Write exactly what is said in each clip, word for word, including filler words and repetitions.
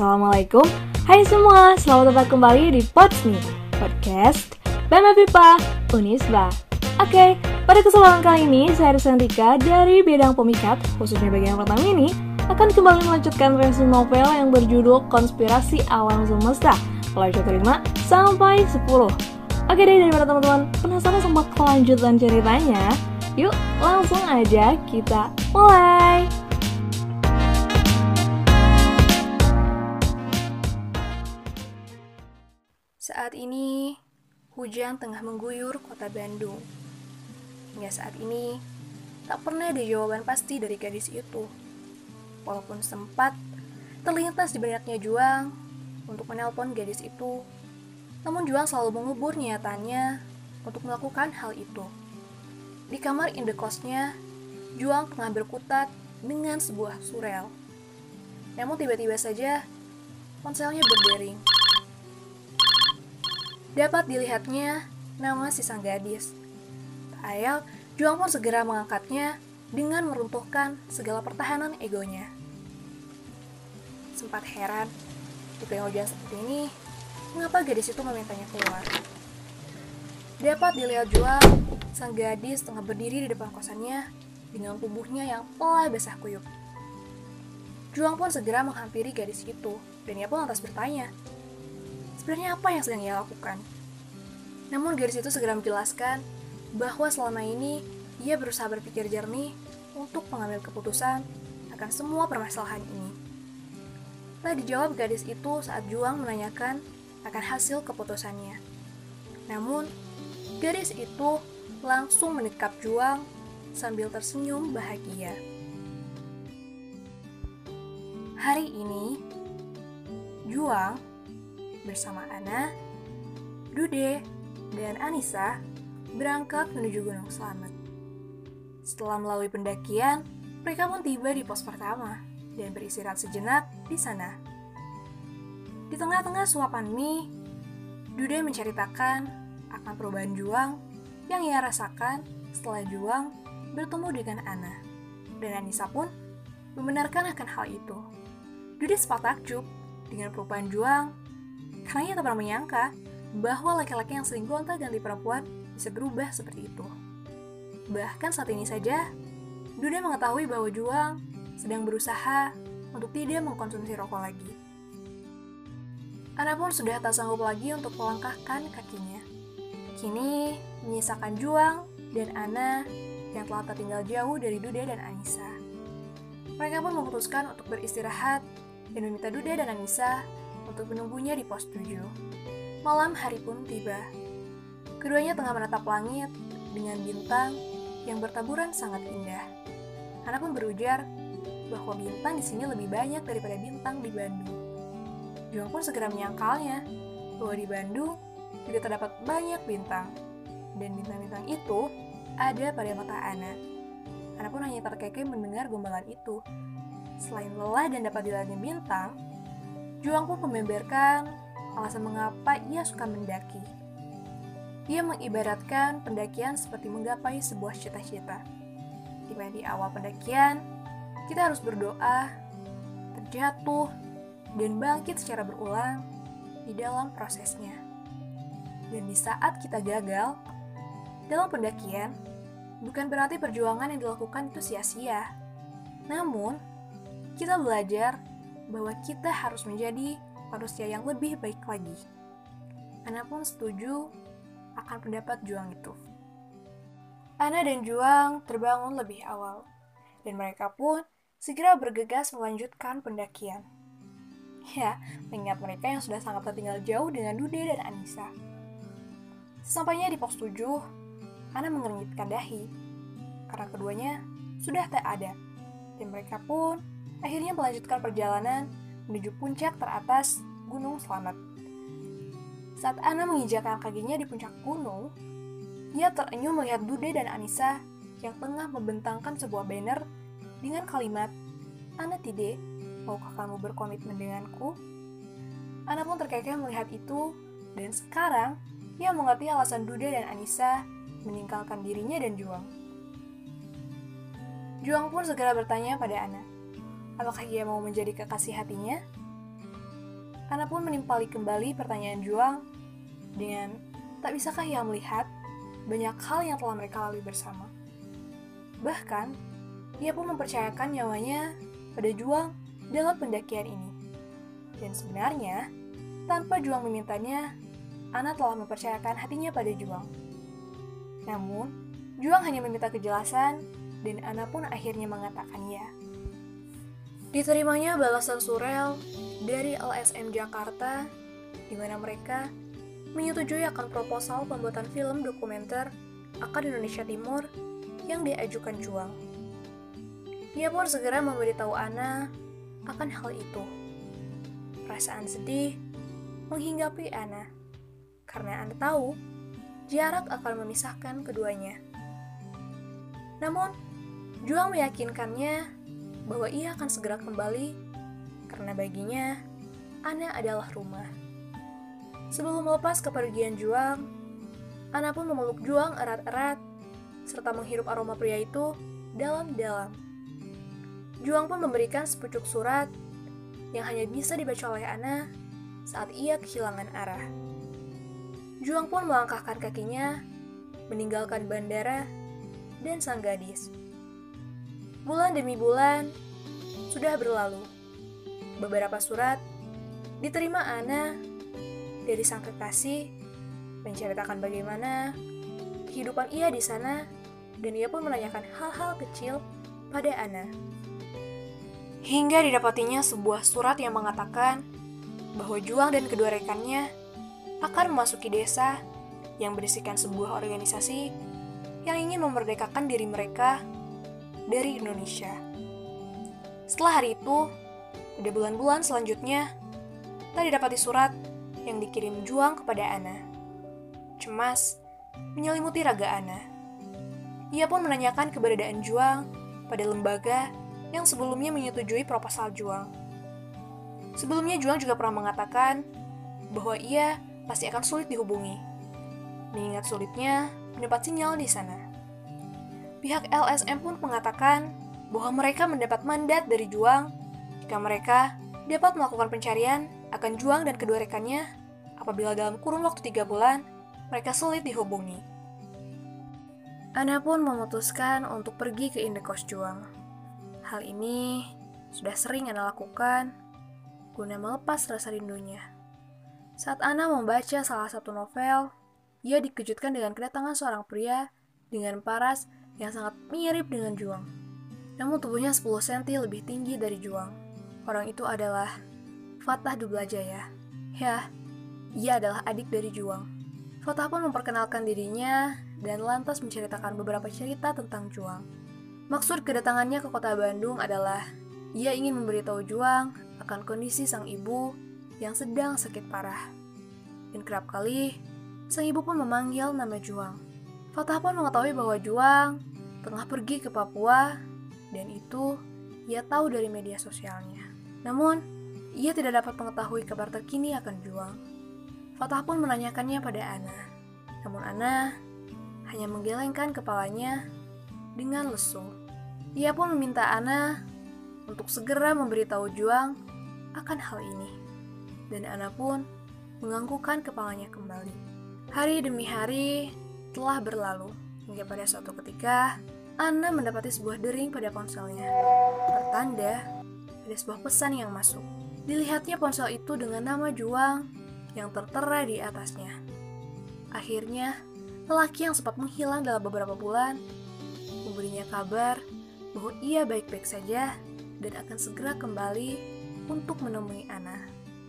Assalamualaikum. Hai semua, selamat datang kembali di Podsme, podcast Bama Pipa Unisba. Oke, pada kesempatan kali ini saya Risantika dari bidang pemikat, khususnya bagian pertama ini, akan kembali melanjutkan resume novel yang berjudul Konspirasi Alam Semesta, mulai chapter lima sampai sepuluh. Oke deh, daripada teman-teman penasaran sama kelanjutan ceritanya, yuk langsung aja kita mulai. Saat ini, hujan tengah mengguyur kota Bandung. Hingga saat ini, tak pernah ada jawaban pasti dari gadis itu. Walaupun sempat terlintas di benaknya Juang untuk menelpon gadis itu, namun Juang selalu mengubur niatannya untuk melakukan hal itu. Di kamar indekosnya, Juang tengah berkutat dengan sebuah surel. Namun tiba-tiba saja, ponselnya berdering. Dapat dilihatnya nama si sang gadis. Tak ayal, Juang pun segera mengangkatnya dengan meruntuhkan segala pertahanan egonya. Sempat heran, di tengah hujan seperti ini, mengapa gadis itu memintanya keluar. Dapat dilihat Juang, sang gadis tengah berdiri di depan kosannya dengan tubuhnya yang telah basah kuyup. Juang pun segera menghampiri gadis itu, dan ia pun lantas bertanya, sebenarnya apa yang sedang ia lakukan? Namun gadis itu segera menjelaskan bahwa selama ini ia berusaha berpikir jernih untuk mengambil keputusan akan semua permasalahan ini. Telah dijawab gadis itu saat Juang menanyakan akan hasil keputusannya. Namun, gadis itu langsung mendekap Juang sambil tersenyum bahagia. Hari ini, Juang bersama Ana, Dude, dan Anissa berangkat menuju Gunung Slamet. Setelah melalui pendakian, mereka pun tiba di pos pertama dan beristirahat sejenak di sana. Di tengah-tengah suapan mie, Dude menceritakan akan perubahan Juang yang ia rasakan setelah Juang bertemu dengan Ana. Dan Anissa pun membenarkan akan hal itu. Dude sempat takjub dengan perubahan Juang karena ia tak pernah menyangka bahwa laki-laki yang sering gonta-ganti perempuan bisa berubah seperti itu. Bahkan saat ini saja, Dude mengetahui bahwa Juang sedang berusaha untuk tidak mengkonsumsi rokok lagi. Ana pun sudah tak sanggup lagi untuk melangkahkan kakinya. Kini, menyisakan Juang dan Ana yang telah tertinggal jauh dari Dude dan Anissa. Mereka pun memutuskan untuk beristirahat dan meminta Dude dan Anissa untuk menunggunya di pos tujuh. Malam hari pun tiba. Keduanya tengah menatap langit dengan bintang yang bertaburan sangat indah. Ana pun berujar bahwa bintang di sini lebih banyak daripada bintang di Bandung. Juang pun segera menyangkalnya bahwa di Bandung juga terdapat banyak bintang, dan bintang-bintang itu ada pada mata Ana. Ana pun hanya terkekeh mendengar gombalan itu. Selain lelah dan dapat dilihatnya bintang, Juang pun membeberkan alasan mengapa ia suka mendaki. Ia mengibaratkan pendakian seperti menggapai sebuah cita-cita, di mana di awal pendakian, kita harus berdoa, terjatuh, dan bangkit secara berulang di dalam prosesnya. Dan di saat kita gagal dalam pendakian, bukan berarti perjuangan yang dilakukan itu sia-sia. Namun, kita belajar bahwa kita harus menjadi manusia yang lebih baik lagi. Ana pun setuju akan pendapat Juang itu. Ana dan Juang terbangun lebih awal, dan mereka pun segera bergegas melanjutkan pendakian. Ya, mengingat mereka yang sudah sangat tertinggal jauh dengan Dude dan Anissa. Sesampainya di pos tujuh, Ana mengernyitkan dahi, karena keduanya sudah tak ada, dan mereka pun akhirnya melanjutkan perjalanan menuju puncak teratas Gunung Slamet. Saat Ana menginjakkan kakinya di puncak gunung, ia terenyuh melihat Dude dan Anissa yang tengah membentangkan sebuah banner dengan kalimat, "Ana Tide, maukah kamu berkomitmen denganku?" Ana pun terkekeh melihat itu, dan sekarang ia mengerti alasan Dude dan Anissa meninggalkan dirinya dan Juang. Juang pun segera bertanya pada Ana, apakah ia mau menjadi kekasih hatinya? Ana pun menimpali kembali pertanyaan Juang dengan tak bisakah ia melihat banyak hal yang telah mereka lalui bersama. Bahkan, ia pun mempercayakan nyawanya pada Juang dalam pendakian ini. Dan sebenarnya, tanpa Juang memintanya, Ana telah mempercayakan hatinya pada Juang. Namun, Juang hanya meminta kejelasan, dan Ana pun akhirnya mengatakan ya. Diterimanya balasan surel dari L S M Jakarta, di mana mereka menyetujui akan proposal pembuatan film dokumenter akan Indonesia Timur yang diajukan Juang. Ia pun segera memberitahu Ana akan hal itu. Perasaan sedih menghinggapi Ana, karena Ana tahu jarak akan memisahkan keduanya. Namun, Juang meyakinkannya bahwa ia akan segera kembali karena baginya, Ana adalah rumah. Sebelum melepas kepergian Juang, Ana pun memeluk Juang erat-erat serta menghirup aroma pria itu dalam-dalam. Juang pun memberikan sepucuk surat yang hanya bisa dibaca oleh Ana saat ia kehilangan arah. Juang pun melangkahkan kakinya, meninggalkan bandara dan sang gadis. Bulan demi bulan sudah berlalu. Beberapa surat diterima Ana dari sang kekasih, menceritakan bagaimana kehidupan ia di sana, dan ia pun menanyakan hal-hal kecil pada Ana. Hingga didapatinya sebuah surat yang mengatakan bahwa Juang dan kedua rekannya akan memasuki desa yang berisikan sebuah organisasi yang ingin memerdekakan diri mereka dari Indonesia. Setelah hari itu, pada bulan-bulan selanjutnya, tak didapati surat yang dikirim Juang kepada Ana. Cemas menyelimuti raga Ana. Ia pun menanyakan keberadaan Juang pada lembaga yang sebelumnya menyetujui proposal Juang. Sebelumnya Juang juga pernah mengatakan bahwa ia pasti akan sulit dihubungi, mengingat sulitnya mendapat sinyal di sana. Pihak L S M pun mengatakan bahwa mereka mendapat mandat dari Juang jika mereka dapat melakukan pencarian akan Juang dan kedua rekannya apabila dalam kurun waktu tiga bulan mereka sulit dihubungi. Ana pun memutuskan untuk pergi ke indekos Juang. Hal ini sudah sering Ana lakukan guna melepas rasa rindunya. Saat Ana membaca salah satu novel, ia dikejutkan dengan kedatangan seorang pria dengan paras yang sangat mirip dengan Juang. Namun tubuhnya sepuluh sentimeter lebih tinggi dari Juang. Orang itu adalah Fatah Dublajaya. Ya, ia adalah adik dari Juang. Fatah pun memperkenalkan dirinya dan lantas menceritakan beberapa cerita tentang Juang. Maksud kedatangannya ke kota Bandung adalah ia ingin memberitahu Juang akan kondisi sang ibu yang sedang sakit parah. Dan kerap kali, sang ibu pun memanggil nama Juang. Fatah pun mengetahui bahwa Juang tengah pergi ke Papua, dan itu ia tahu dari media sosialnya. Namun, ia tidak dapat mengetahui kabar terkini akan Juang. Fatah pun menanyakannya pada Ana. Namun Ana hanya menggelengkan kepalanya dengan lesu. Ia pun meminta Ana untuk segera memberitahu Juang akan hal ini. Dan Ana pun menganggukkan kepalanya kembali. Hari demi hari telah berlalu, hingga pada suatu ketika, Ana mendapati sebuah dering pada ponselnya. Pertanda ada sebuah pesan yang masuk. Dilihatnya ponsel itu dengan nama Juang yang tertera di atasnya. Akhirnya, lelaki yang sempat menghilang dalam beberapa bulan memberinya kabar bahwa ia baik-baik saja dan akan segera kembali untuk menemui Ana.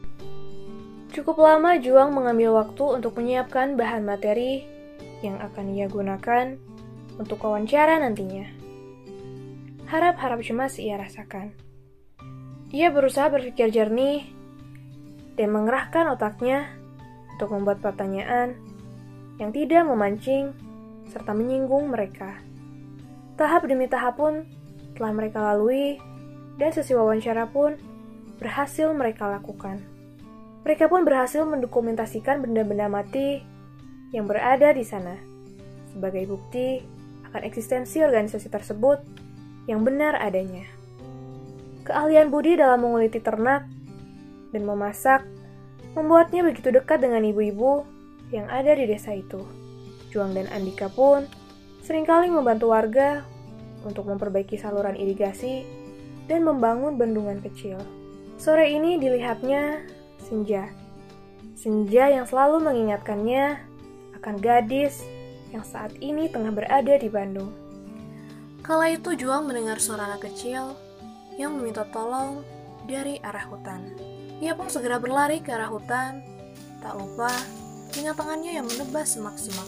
Cukup lama Juang mengambil waktu untuk menyiapkan bahan materi yang akan ia gunakan untuk wawancara nantinya. Harap-harap cemas ia rasakan. Ia berusaha berpikir jernih dan mengerahkan otaknya untuk membuat pertanyaan yang tidak memancing serta menyinggung mereka. Tahap demi tahap pun telah mereka lalui dan sesi wawancara pun berhasil mereka lakukan. Mereka pun berhasil mendokumentasikan benda-benda mati yang berada di sana sebagai bukti akan eksistensi organisasi tersebut yang benar adanya. Keahlian Budi dalam menguliti ternak dan memasak membuatnya begitu dekat dengan ibu-ibu yang ada di desa itu. Juang dan Andika pun seringkali membantu warga untuk memperbaiki saluran irigasi dan membangun bendungan kecil. Sore ini dilihatnya senja. Senja yang selalu mengingatkannya akan gadis yang saat ini tengah berada di Bandung. Kala itu Juang mendengar suara anak kecil yang meminta tolong dari arah hutan. Ia pun segera berlari ke arah hutan, tak lupa dengan tangannya yang menebas semak-semak.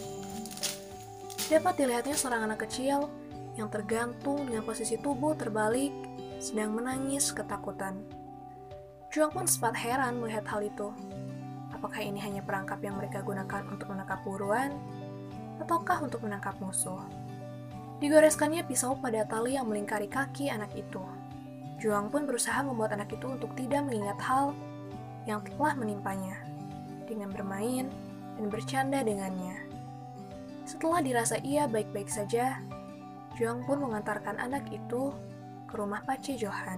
Dapat dilihatnya seorang anak kecil yang tergantung dengan posisi tubuh terbalik sedang menangis ketakutan. Juang pun sempat heran melihat hal itu. Apakah ini hanya perangkap yang mereka gunakan untuk menangkap buruan, ataukah untuk menangkap musuh? Digoreskannya pisau pada tali yang melingkari kaki anak itu. Juang pun berusaha membuat anak itu untuk tidak mengingat hal yang telah menimpanya, dengan bermain dan bercanda dengannya. Setelah dirasa ia baik-baik saja, Juang pun mengantarkan anak itu ke rumah Pace Johan.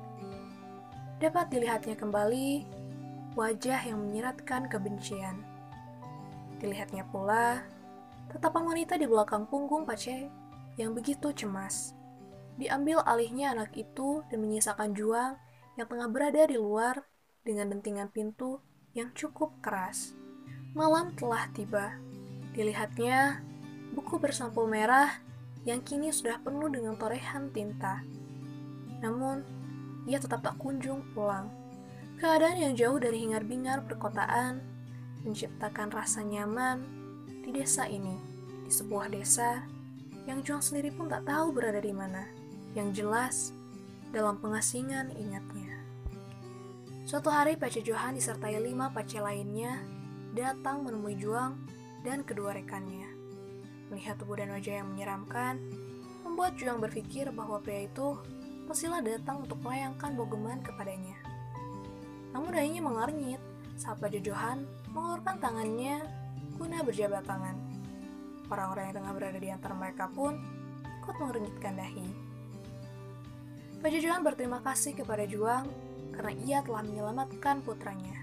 Dapat dilihatnya kembali wajah yang menyiratkan kebencian. Dilihatnya pula tatapan wanita di belakang punggung Pace yang begitu cemas. Diambil alihnya anak itu dan menyisakan Juang yang tengah berada di luar dengan dentingan pintu yang cukup keras. Malam telah tiba. Dilihatnya buku bersampul merah yang kini sudah penuh dengan torehan tinta. Namun, ia tetap tak kunjung pulang. Keadaan yang jauh dari hingar-bingar perkotaan menciptakan rasa nyaman di desa ini, di sebuah desa yang Juang sendiri pun tak tahu berada di mana, yang jelas dalam pengasingan ingatnya. Suatu hari Pace Johan disertai lima pace lainnya datang menemui Juang dan kedua rekannya. Melihat tubuh dan wajah yang menyeramkan, membuat Juang berpikir bahwa pria itu pastilah datang untuk melayangkan bogeman kepadanya. Namun dahinya mengernyit saat Pace Johan mengeluarkan tangannya guna berjabat tangan. Orang-orang yang tengah berada di antara mereka pun ikut mengernyitkan dahi. Pace Johan berterima kasih kepada Juang karena ia telah menyelamatkan putranya.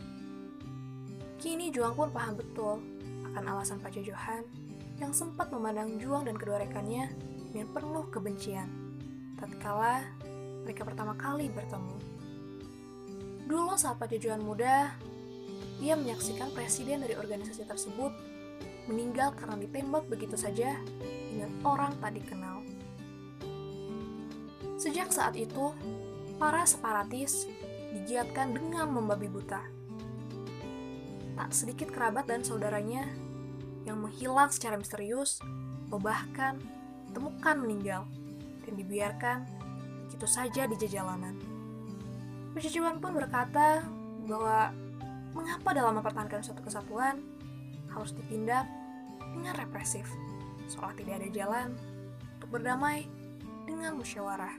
Kini Juang pun paham betul akan alasan Pace Johan yang sempat memandang Juang dan kedua rekannya dengan penuh kebencian tatkala mereka pertama kali bertemu. Dulu saat Pace Johan muda, ia menyaksikan presiden dari organisasi tersebut meninggal karena ditembak begitu saja dengan orang tak dikenal. Sejak saat itu, para separatis digiatkan dengan membabi buta. Tak sedikit kerabat dan saudaranya yang menghilang secara misterius atau bahkan ditemukan meninggal dan dibiarkan begitu saja di jalanan. Pace Johan pun berkata bahwa mengapa dalam mempertahankan suatu kesatuan harus ditindak dengan represif, seolah tidak ada jalan untuk berdamai dengan musyawarah.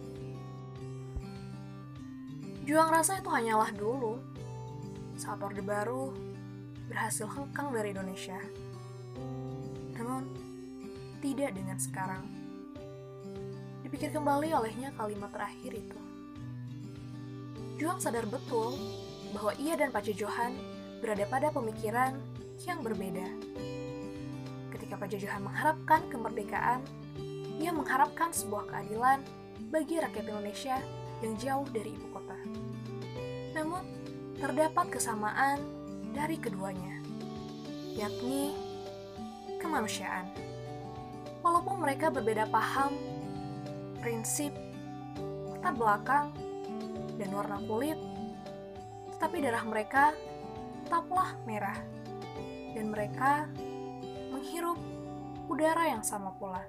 Juang rasa itu hanyalah dulu, saat Orde Baru berhasil hengkang dari Indonesia. Namun, tidak dengan sekarang. Dipikir kembali olehnya kalimat terakhir itu. Juang sadar betul bahwa ia dan Pace Johan berada pada pemikiran yang berbeda. Ketika Pace Johan mengharapkan kemerdekaan, ia mengharapkan sebuah keadilan bagi rakyat Indonesia yang jauh dari ibu kota. Namun, terdapat kesamaan dari keduanya, yakni kemanusiaan. Walaupun mereka berbeda paham, prinsip, latar belakang, dan warna kulit, tetapi darah mereka tetaplah merah, dan mereka menghirup udara yang sama pula.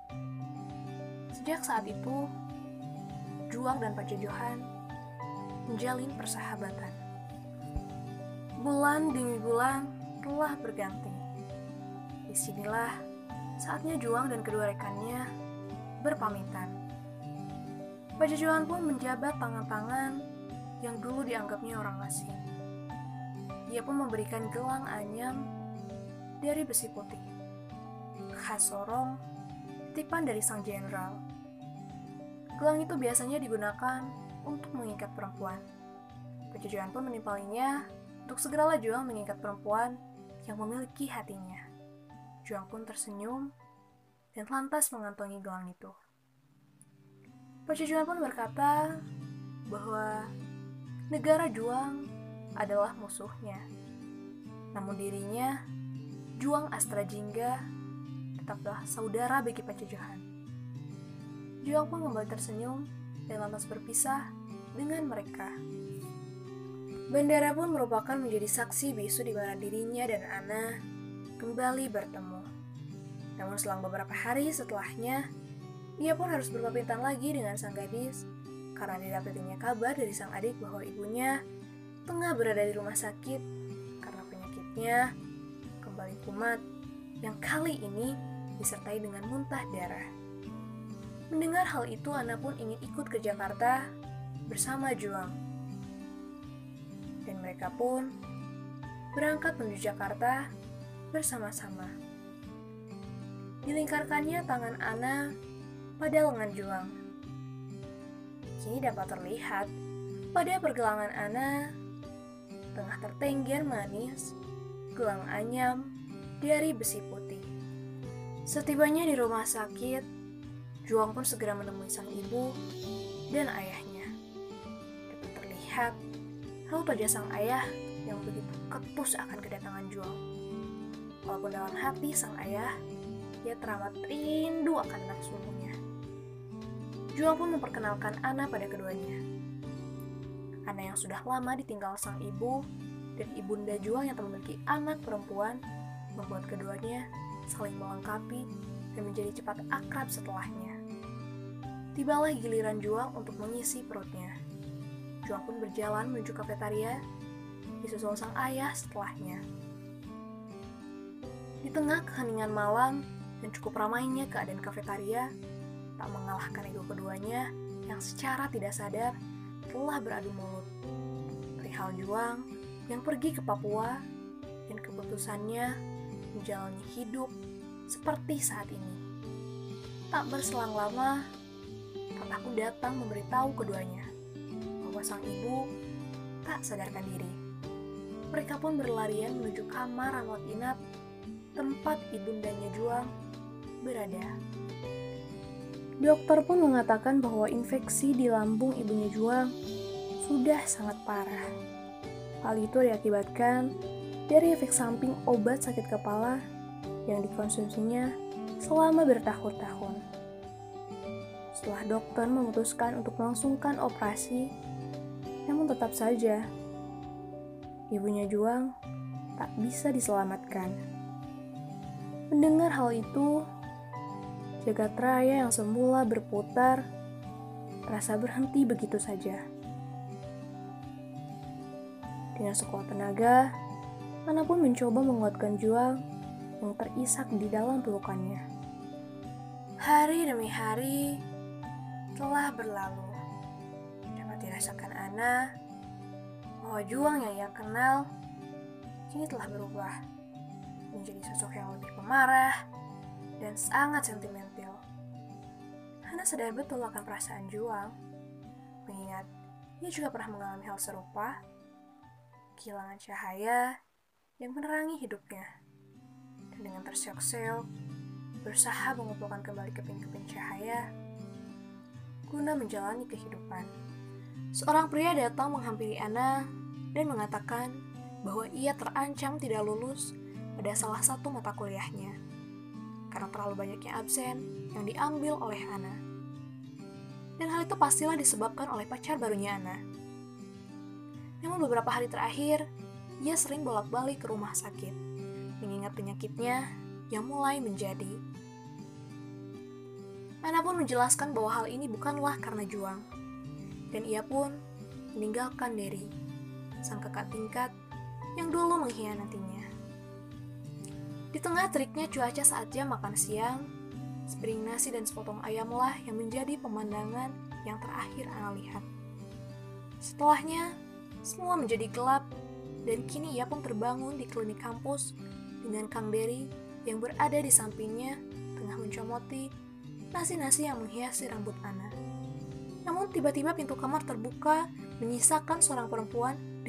Sejak saat itu, Juang dan Pace Johan menjalin persahabatan. Bulan demi bulan telah berganti. Disinilah saatnya Juang dan kedua rekannya berpamitan. Pace Johan pun menjabat tangan-tangan yang dulu dianggapnya orang asing. Ia pun memberikan gelang anyam dari besi putih, khas Sorong, titipan dari sang jenderal. Gelang itu biasanya digunakan untuk mengikat perempuan. Pace Johan pun menimpalinya Untuk segeralah Juang mengikat perempuan yang memiliki hatinya. Juang pun tersenyum dan lantas mengantongi gelang itu. Pacujuan pun berkata bahwa negara Juang adalah musuhnya. Namun dirinya, Juang Astrajingga, tetaplah saudara bagi Pajajaran. Juang pun kembali tersenyum dan lantas berpisah dengan mereka. Bandara pun merupakan menjadi saksi bisu di mana dirinya dan Ana kembali bertemu. Namun selang beberapa hari setelahnya, ia pun harus berpamitan lagi dengan sang gadis karena didapatinya kabar dari sang adik bahwa ibunya tengah berada di rumah sakit karena penyakitnya kembali kumat yang kali ini disertai dengan muntah darah. Mendengar hal itu, Ana pun ingin ikut ke Jakarta bersama Juang. Dan mereka pun berangkat menuju Jakarta bersama-sama. Dilingkarkannya tangan Ana pada lengan Juang. Kini dapat terlihat pada pergelangan Ana tengah tertengger manis gelang anyam dari besi putih. Setibanya di rumah sakit, Juang pun segera menemui sang ibu dan ayahnya. Dapat terlihat raut wajah sang ayah yang begitu ketus akan kedatangan Juang. Walaupun dalam hati sang ayah, ia teramat rindu akan anak sulungnya. Juang pun memperkenalkan Ana pada keduanya. Ana yang sudah lama ditinggal sang ibu dan ibunda Juang yang memiliki anak perempuan membuat keduanya saling melengkapi dan menjadi cepat akrab setelahnya. Tibalah giliran Juang untuk mengisi perutnya. Juang pun berjalan menuju kafetaria, disusul sang ayah setelahnya. Di tengah keheningan malam dan cukup ramainya keadaan kafetaria, tak mengalahkan ego keduanya yang secara tidak sadar telah beradu mulut. Perihal Juang yang pergi ke Papua dan keputusannya menjalani hidup seperti saat ini. Tak berselang lama, Papaku datang memberitahu keduanya bahwa sang ibu tak sadarkan diri. Mereka pun berlarian menuju kamar rawat inap tempat ibundanya Juang berada. Dokter pun mengatakan bahwa infeksi di lambung ibunya Juang sudah sangat parah. Hal itu diakibatkan dari efek samping obat sakit kepala yang dikonsumsinya selama bertahun-tahun. Setelah dokter memutuskan untuk melangsungkan operasi, namun tetap saja ibunya Juang tak bisa diselamatkan. Mendengar hal itu, jagat raya yang semula berputar terasa berhenti begitu saja. Dengan sekuat tenaga, Ana pun mencoba menguatkan Juang yang terisak di dalam pelukannya. Hari demi hari telah berlalu. Dapat dirasakan Ana bahwa Juang yang ia kenal kini telah berubah menjadi sosok yang lebih pemarah dan sangat sentimental. Ana sadar betul akan perasaan Juang, mengingat ia juga pernah mengalami hal serupa, kehilangan cahaya yang menerangi hidupnya, dan dengan terseok-seok berusaha mengumpulkan kembali keping-keping cahaya guna menjalani kehidupan. Seorang pria datang menghampiri Ana dan mengatakan bahwa ia terancam tidak lulus pada salah satu mata kuliahnya karena terlalu banyaknya absen yang diambil oleh Ana. Dan hal itu pastilah disebabkan oleh pacar barunya Ana. Namun beberapa hari terakhir, ia sering bolak-balik ke rumah sakit, mengingat penyakitnya yang mulai menjadi. Ana pun menjelaskan bahwa hal ini bukanlah karena Juang, dan ia pun meninggalkan Derry, sang kakak tingkat yang dulu mengkhianatinya. Di tengah teriknya cuaca saat jam makan siang, sepiring nasi dan sepotong ayamlah yang menjadi pemandangan yang terakhir Ana lihat. Setelahnya, semua menjadi gelap, dan kini ia pun terbangun di klinik kampus dengan Kang Derry yang berada di sampingnya tengah mencomoti nasi-nasi yang menghiasi rambut Ana. Namun tiba-tiba pintu kamar terbuka menyisakan seorang perempuan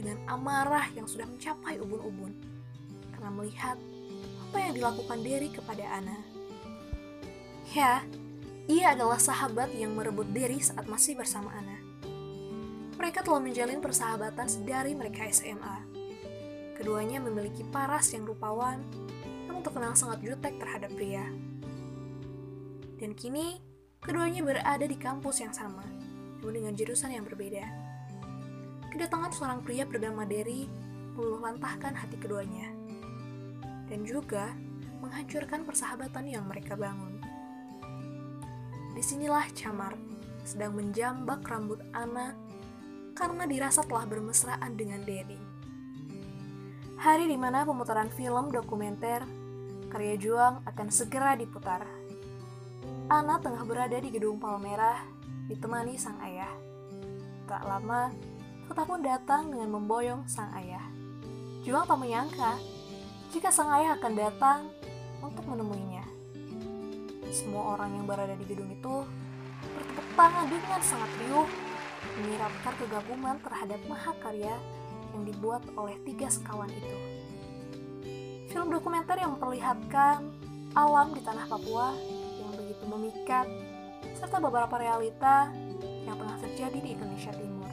dengan amarah yang sudah mencapai ubun-ubun karena melihat apa yang dilakukan Derry kepada Anna. Ya, ia adalah sahabat yang merebut Derry saat masih bersama Anna. Mereka telah menjalin persahabatan sedari mereka S M A. Keduanya memiliki paras yang rupawan, namun terkenal sangat jutek terhadap pria. Dan kini, keduanya berada di kampus yang sama, namun dengan jurusan yang berbeda. Kedatangan seorang pria bernama Derry meluluhlantahkan hati keduanya, dan juga menghancurkan persahabatan yang mereka bangun. Disinilah Camar sedang menjambak rambut Anna karena dirasa telah bermesraan dengan Derry. Hari di mana pemutaran film dokumenter karya Juang akan segera diputar. Anna tengah berada di gedung Palmerah ditemani sang ayah. Tak lama, Fata pun datang dengan memboyong sang ayah. Juang tak menyangka jika sang ayah akan datang untuk menemuinya. Semua orang yang berada di gedung itu bertepuk tangan dengan sangat riuh, menyiratkan kekaguman terhadap mahakarya yang dibuat oleh tiga sekawan itu. Film dokumenter yang memperlihatkan alam di tanah Papua yang begitu memikat, serta beberapa realita yang tengah terjadi di Indonesia Timur.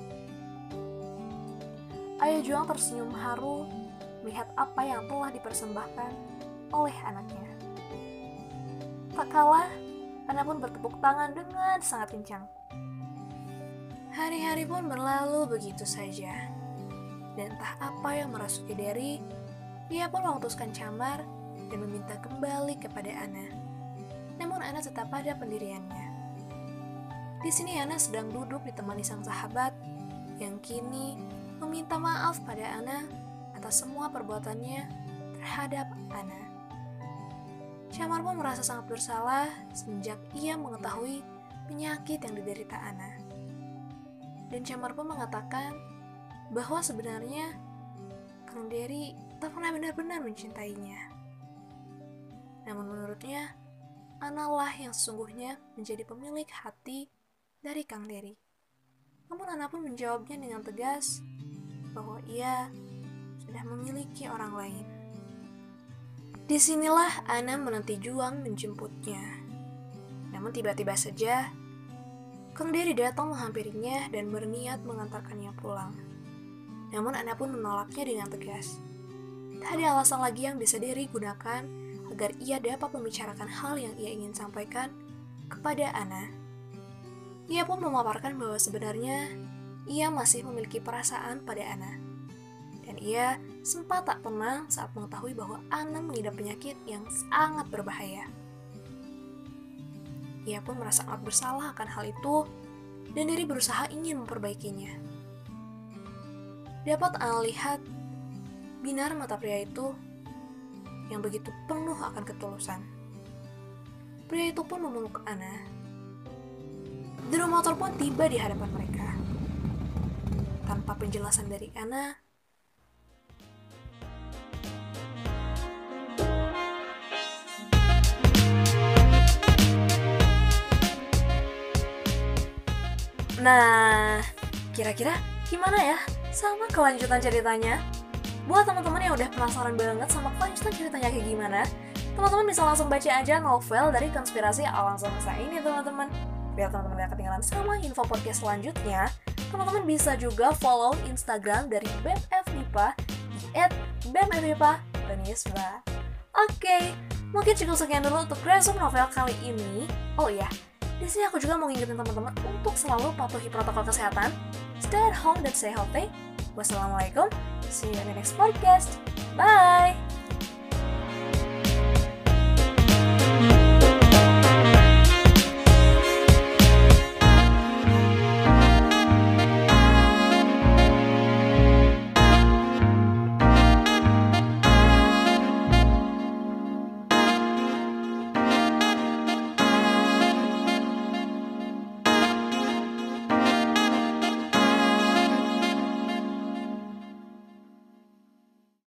Ayah Juang tersenyum haru melihat apa yang telah dipersembahkan oleh anaknya. Tak kalah, Anna pun bertepuk tangan dengan sangat kencang. Hari-hari pun berlalu begitu saja. Dan entah apa yang merasuki Derry, ia pun memutuskan Camar dan meminta kembali kepada Anna. Namun Anna tetap pada pendiriannya. Di sini Anna sedang duduk ditemani sang sahabat yang kini meminta maaf pada Anna atas semua perbuatannya terhadap Anna. Camar pun merasa sangat bersalah semenjak ia mengetahui penyakit yang diderita Anna. Dan Camar pun mengatakan bahwa sebenarnya Kang Derry tak pernah benar-benar mencintainya. Namun menurutnya, Anna lah yang sesungguhnya menjadi pemilik hati dari Kang Derry. Namun Anna pun menjawabnya dengan tegas bahwa ia sudah memiliki orang lain. Disinilah Anna menanti Juang menjemputnya. Namun tiba-tiba saja, Kang Derry datang menghampirinya dan berniat mengantarkannya pulang. Namun Anna pun menolaknya dengan tegas. Tak ada alasan lagi yang bisa Derry gunakan agar ia dapat membicarakan hal yang ia ingin sampaikan kepada Anna. Ia pun memaparkan bahwa sebenarnya ia masih memiliki perasaan pada Anna. Dan ia sempat tak tenang saat mengetahui bahwa Anna mengidap penyakit yang sangat berbahaya. Ia pun merasa sangat bersalah akan hal itu, dan Derry berusaha ingin memperbaikinya. Dapat Anna lihat binar mata pria itu yang begitu penuh akan ketulusan. Pria itu pun memeluk Anna. Deru motor pun tiba di hadapan mereka. Tanpa penjelasan dari Anna, nah, kira-kira gimana ya sama kelanjutan ceritanya? Buat teman-teman yang udah penasaran banget sama kelanjutan ceritanya kayak gimana, teman-teman bisa langsung baca aja novel dari Konspirasi Alam Semesta ini, teman-teman. Biar teman-teman gak ketinggalan sama info podcast selanjutnya, teman-teman bisa juga follow Instagram dari B M F M I P A di et b m f m i p a unisba. Oke, mungkin cukup sekian dulu untuk resume novel kali ini. Oh iya, di sini aku juga mau ngingetin teman-teman untuk selalu patuhi protokol kesehatan, stay at home dan stay healthy. Wassalamualaikum, see you in the next podcast. Bye!